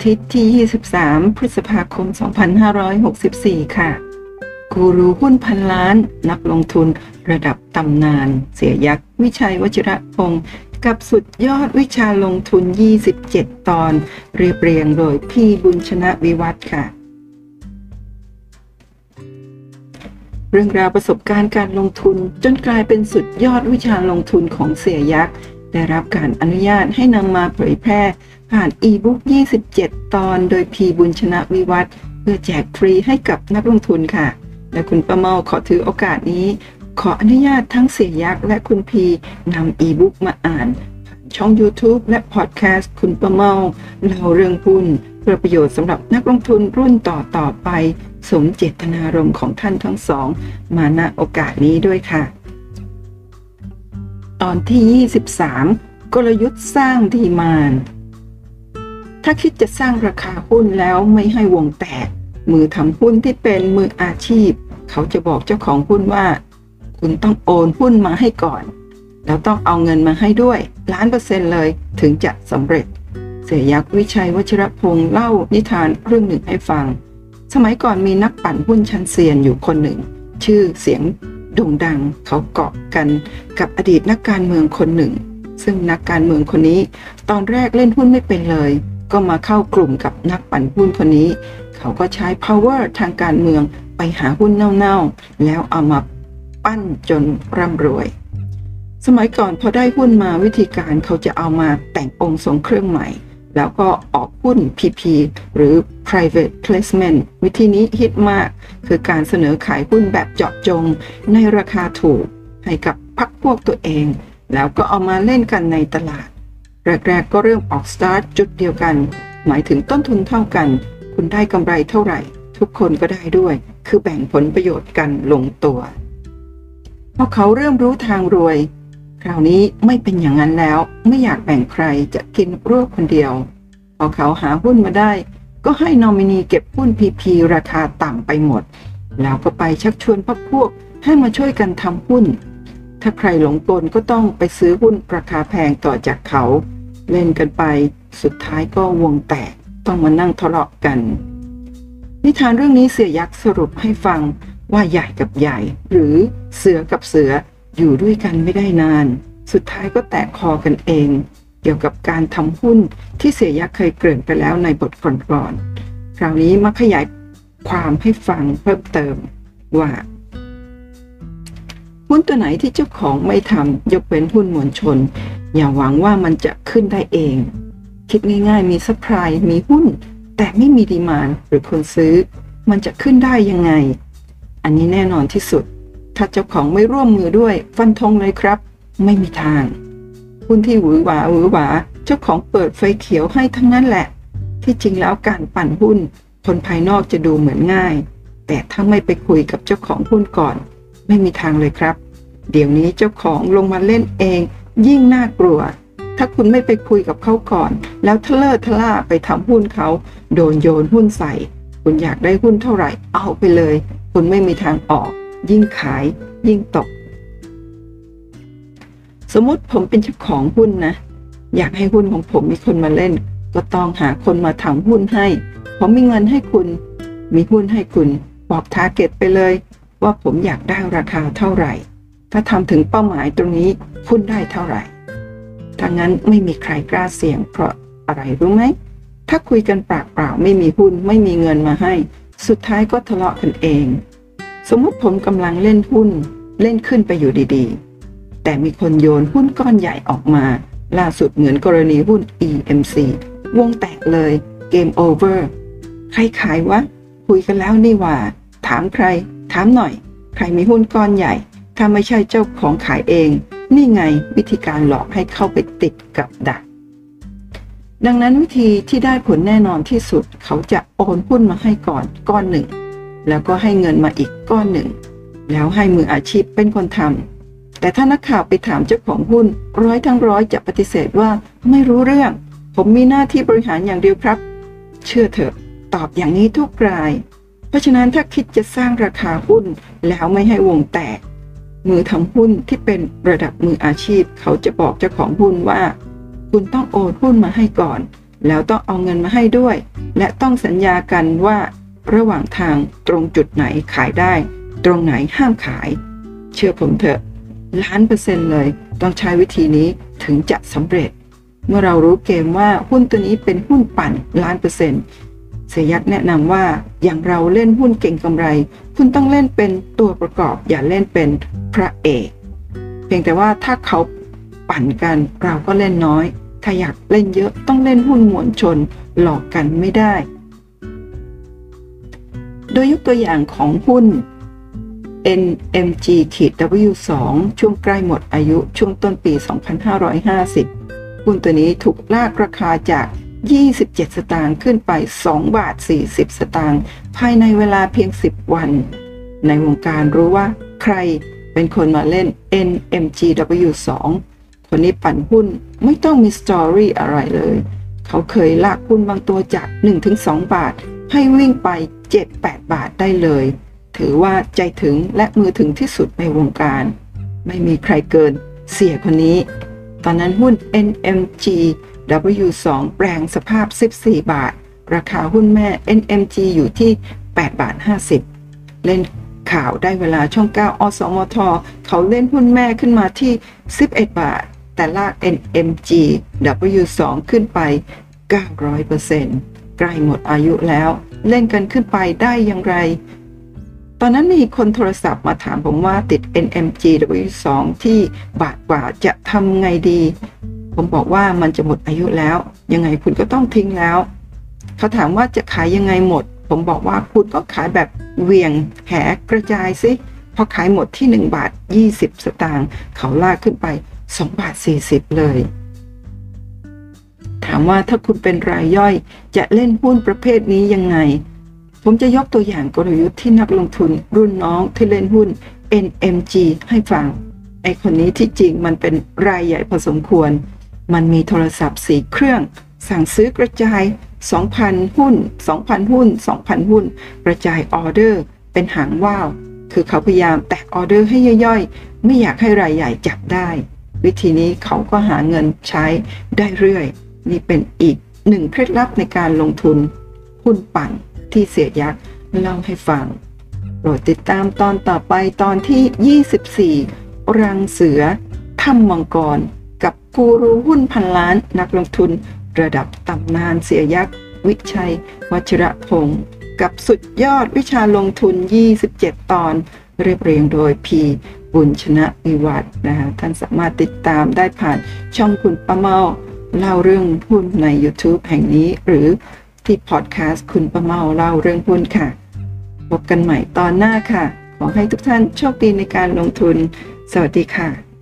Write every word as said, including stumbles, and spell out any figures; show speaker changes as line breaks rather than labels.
ทิตย์ที่ ยี่สิบสาม พฤษภาคม สองพันห้าร้อยหกสิบสี่ ค่ะกูรูหุ้นพันล้านนักลงทุนระดับตำนานเสียยักษ์วิชัยวชิระพงศ์กับสุดยอดวิชาลงทุน ยี่สิบเจ็ด ตอนเรียบเรียงโดยพี่บุญชนะวิวัฒน์ค่ะเรื่องราวประสบการณ์การลงทุนจนกลายเป็นสุดยอดวิชาลงทุนของเสียยักษ์ได้รับการอนุญาตให้นำมาเผยแพร่ผ่านอีบุ๊ก ยี่สิบเจ็ด ตอนโดยพีบุญชนะวิวัฒน์เพื่อแจกฟรีให้กับนักลงทุนค่ะและคุณประเมาขอถือโอกาสนี้ขออนุญาตทั้งเสียยักษ์และคุณพีนำอีบุ๊กมาอ่านผ่านช่อง YouTube และพอดแคสต์คุณประเมาเล่าเรื่องหุ้นเพื่อประโยชน์สำหรับนักลงทุนรุ่นต่อต่อไปสมเจตนารมณ์ของท่านทั้งสองมาณโอกาสนี้ด้วยค่ะตอนที่ ยี่สิบสาม กลยุทธ์สร้างดีมานด์ถ้าคิดจะสร้างราคาหุ้นแล้วไม่ให้วงแตกมือทำหุ้นที่เป็นมืออาชีพเขาจะบอกเจ้าของหุ้นว่าคุณต้องโอนหุ้นมาให้ก่อนแล้วต้องเอาเงินมาให้ด้วยล้านเปอร์เซ็นต์เลยถึงจะสำเร็จเสียยักษ์วิชัยวชิรพงศ์เล่านิทานเรื่องหนึ่งให้ฟังสมัยก่อนมีนักปั่นหุ้นชั้นเซียนอยู่คนหนึ่งชื่อเสียงโด่งดังเขาเกาะกันกับอดีตนักการเมืองคนหนึ่งซึ่งนักการเมืองคนนี้ตอนแรกเล่นหุ้นไม่เป็นเลยก็มาเข้ากลุ่มกับนักปั่นหุ้นคนนี้เขาก็ใช้ power ทางการเมืองไปหาหุ้นเน่าๆแล้วเอามาปั้นจนร่ำรวยสมัยก่อนพอได้หุ้นมาวิธีการเขาจะเอามาแต่งองค์ทรงเครื่องใหม่แล้วก็ออกหุ้น พี พี หรือ private placement วิธีนี้ฮิตมากคือการเสนอขายหุ้นแบบเจาะจงในราคาถูกให้กับพรรคพวกตัวเองแล้วก็เอามาเล่นกันในตลาดแรกๆก็เริ่มออกสตาร์ทจุดเดียวกันหมายถึงต้นทุนเท่ากันคุณได้กำไรเท่าไหร่ทุกคนก็ได้ด้วยคือแบ่งผลประโยชน์กันลงตัวพอเขาเริ่มรู้ทางรวยคราวนี้ไม่เป็นอย่างนั้นแล้วไม่อยากแบ่งใครจะกินรวบคนเดียวพอเขาหาหุ้นมาได้ก็ให้นอมินีเก็บหุ้น พี พี ราคาต่ำไปหมดแล้วก็ไปชักชวนพรรคพวกให้มาช่วยกันทำหุ้นถ้าใครหลงกลก็ต้องไปซื้อหุ้นราคาแพงต่อจากเขาเล่นกันไปสุดท้ายก็วงแตกต้องมานั่งทะเลาะกันนิทานเรื่องนี้เสียยักษ์สรุปให้ฟังว่าใหญ่กับใหญ่หรือเสือกับเสืออยู่ด้วยกันไม่ได้นานสุดท้ายก็แตกคอกันเองเกี่ยวกับการทำหุ้นที่เสียยักษ์เคยเกริ่นไปแล้วในบทก่อนๆคราวนี้มาขยายความให้ฟังเพิ่มเติมว่าหุ้นตัวไหนที่เจ้าของไม่ทำยกเว้นหุ้นมวลชนอย่าหวังว่ามันจะขึ้นได้เองคิดง่ายๆมีซัพพลายมีหุ้นแต่ไม่มีดีมานด์หรือคนซื้อมันจะขึ้นได้ยังไงอันนี้แน่นอนที่สุดถ้าเจ้าของไม่ร่วมมือด้วยฟันธงเลยครับไม่มีทางหุ้นที่หวือหวาหวือหวาเจ้าของเปิดไฟเขียวให้ทั้งนั้นแหละที่จริงแล้วการปั่นหุ้นคนภายนอกจะดูเหมือนง่ายแต่ถ้าไม่ไปคุยกับเจ้าของหุ้นก่อนไม่มีทางเลยครับเดี๋ยวนี้เจ้าของลงมาเล่นเองยิ่งน่ากลัวถ้าคุณไม่ไปคุยกับเขาก่อนแล้วทะเลาะทะล่าไปทำหุ้นเขาโดนโยนหุ้นใส่คุณอยากได้หุ้นเท่าไหร่เอาไปเลยคุณไม่มีทางออกยิ่งขายยิ่งตกสมมติผมเป็นเจ้าของหุ้นนะอยากให้หุ้นของผมมีคนมาเล่นก็ต้องหาคนมาทำหุ้นให้ผมมีเงินให้คุณมีหุ้นให้คุณบอกทาร์เก็ตไปเลยว่าผมอยากได้ราคาเท่าไหร่ถ้าทำถึงเป้าหมายตรงนี้หุ้นได้เท่าไหร่ถ้างั้นไม่มีใครกล้าเสี่ยงเพราะอะไรรู้ไหมถ้าคุยกันปากเปล่าไม่มีหุ้นไม่มีเงินมาให้สุดท้ายก็ทะเลาะกันเองสมมุติผมกำลังเล่นหุ้นเล่นขึ้นไปอยู่ดีๆแต่มีคนโยนหุ้นก้อนใหญ่ออกมาล่าสุดเหมือนกรณีหุ้น อี เอ็ม ซี วงแตกเลยเกมโอเวอร์ใครขายวะคุยกันแล้วนี่ว่าถามใครถามหน่อยใครมีหุ้นก้อนใหญ่ถ้าไม่ใช่เจ้าของขายเองนี่ไงวิธีการหลอกให้เข้าไปติดกับดักดังนั้นวิธีที่ได้ผลแน่นอนที่สุดเขาจะโอนหุ้นมาให้ก่อนก้อนหนึ่งแล้วก็ให้เงินมาอีกก้อนหนึ่งแล้วให้มืออาชีพเป็นคนทำแต่ถ้านักข่าวไปถามเจ้าของหุ้นร้อยทั้งร้อยจะปฏิเสธว่าไม่รู้เรื่องผมมีหน้าที่บริหารอย่างเดียวครับเชื่อเถอะตอบอย่างนี้ทุกรายเพราะฉะนั้นถ้าคิดจะสร้างราคาหุ้นแล้วไม่ให้วงแตกมือทำหุ้นที่เป็นระดับมืออาชีพเขาจะบอกเจ้าของหุ้นว่าคุณต้องโอนหุ้นมาให้ก่อนแล้วต้องเอาเงินมาให้ด้วยและต้องสัญญากันว่าระหว่างทางตรงจุดไหนขายได้ตรงไหนห้ามขายเชื่อผมเถอะล้านเปอร์เซ็นต์เลยต้องใช้วิธีนี้ถึงจะสำเร็จเมื่อเรารู้เกมว่าหุ้นตัวนี้เป็นหุ้นปั่นล้านเปอร์เซ็นต์เสียยักษ์แนะนำว่าอย่างเราเล่นหุ้นเก่งกำไรคุณต้องเล่นเป็นตัวประกอบอย่าเล่นเป็นพระเอกเพียงแต่ว่าถ้าเขาปั่นกันเราก็เล่นน้อยถ้าอยากเล่นเยอะต้องเล่นหุ้นมวลชนหลอกกันไม่ได้โดยยกตัวอย่างของหุ้น เอ็น เอ็ม จี ดับเบิลยู สอง ช่วงใกล้หมดอายุช่วงต้นปี สองพันห้าร้อยห้าสิบ หุ้นตัวนี้ถูกลากราคาจากยี่สิบเจ็ดสตางค์ขึ้นไปสองบาทสี่สิบสตางค์ภายในเวลาเพียงสิบวันในวงการรู้ว่าใครเป็นคนมาเล่น เอ็น เอ็ม จี ดับเบิลยู สอง คนนี้ปั่นหุ้นไม่ต้องมีสตอรี่อะไรเลยเขาเคยลากหุ้นบางตัวจาก หนึ่งถึงสอง บาทให้วิ่งไป เจ็ดถึงแปด บาทได้เลยถือว่าใจถึงและมือถึงที่สุดในวงการไม่มีใครเกินเสียคนนี้ตอนนั้นหุ้น เอ็น เอ็ม จี ดับเบิลยู สอง แปลงสภาพสิบสี่บาทราคาหุ้นแม่ เอ็น เอ็ม จี อยู่ที่แปดบาทห้าสิบเล่นข่าวได้เวลาช่องเก้าอสมทเขาเล่นหุ้นแม่ขึ้นมาที่สิบเอ็ดบาทแต่ลาก เอ็น เอ็ม จี ดับเบิลยู สอง ขึ้นไป เก้าร้อยเปอร์เซ็นต์ ใกล้หมดอายุแล้วเล่นกันขึ้นไปได้อย่างไรตอนนั้นมีคนโทรศัพท์มาถามผมว่าติด เอ็น เอ็ม จี ดับเบิลยู สอง ที่บาทกว่าจะทำไงดีผมบอกว่ามันจะหมดอายุแล้วยังไงคุณก็ต้องทิ้งแล้วเขาถามว่าจะขายยังไงหมดผมบอกว่าคุณก็ขายแบบเวียงแหกระจายซิพอขายหมดที่หนึ่งบาทยี่สิบสตางค์เขาลากขึ้นไปสองบาทสี่สิบเลยถามว่าถ้าคุณเป็นรายย่อยจะเล่นหุ้นประเภทนี้ยังไงผมจะยกตัวอย่างกลยุทธ์ที่นักลงทุนรุ่นน้องที่เล่นหุ้น เอ็น เอ็ม จี ให้ฟังไอคนนี้ที่จริงมันเป็นรายใหญ่พอสมควรมันมีโทรศัพท์สี่เครื่องสั่งซื้อกระจาย สองพัน หุ้น สองพัน หุ้น สองพัน หุ้นกระจายออเดอร์เป็นหางว่าวคือเขาพยายามแตกออเดอร์ให้ย่อยๆไม่อยากให้รายใหญ่จับได้วิธีนี้เขาก็หาเงินใช้ได้เรื่อยนี่เป็นอีกหนึ่งเคล็ดลับในการลงทุนหุ้นปั่นที่เสียยักษ์เล่าให้ฟังโปรดติดตามตอนต่อไปตอนที่ยี่สิบสี่รังเสือถ้ำมังกรกับกูรูหุ้นพันล้านนักลงทุนระดับตำนานเสียยักษ์วิชัยวัชรพงศ์กับสุดยอดวิชาลงทุนยี่สิบเจ็ดตอนเรียบเรียงโดยพีบุญชนะวิวัฒน์นะคะท่านสามารถติดตามได้ผ่านช่องคุณป้าเมาเล่าเรื่องหุ้นใน YouTube แห่งนี้หรือที่พอดแคสต์คุณป้าเมาเล่าเรื่องหุ้นค่ะพบกันใหม่ตอนหน้าค่ะขอให้ทุกท่านโชคดีในการลงทุนสวัสดีค่ะ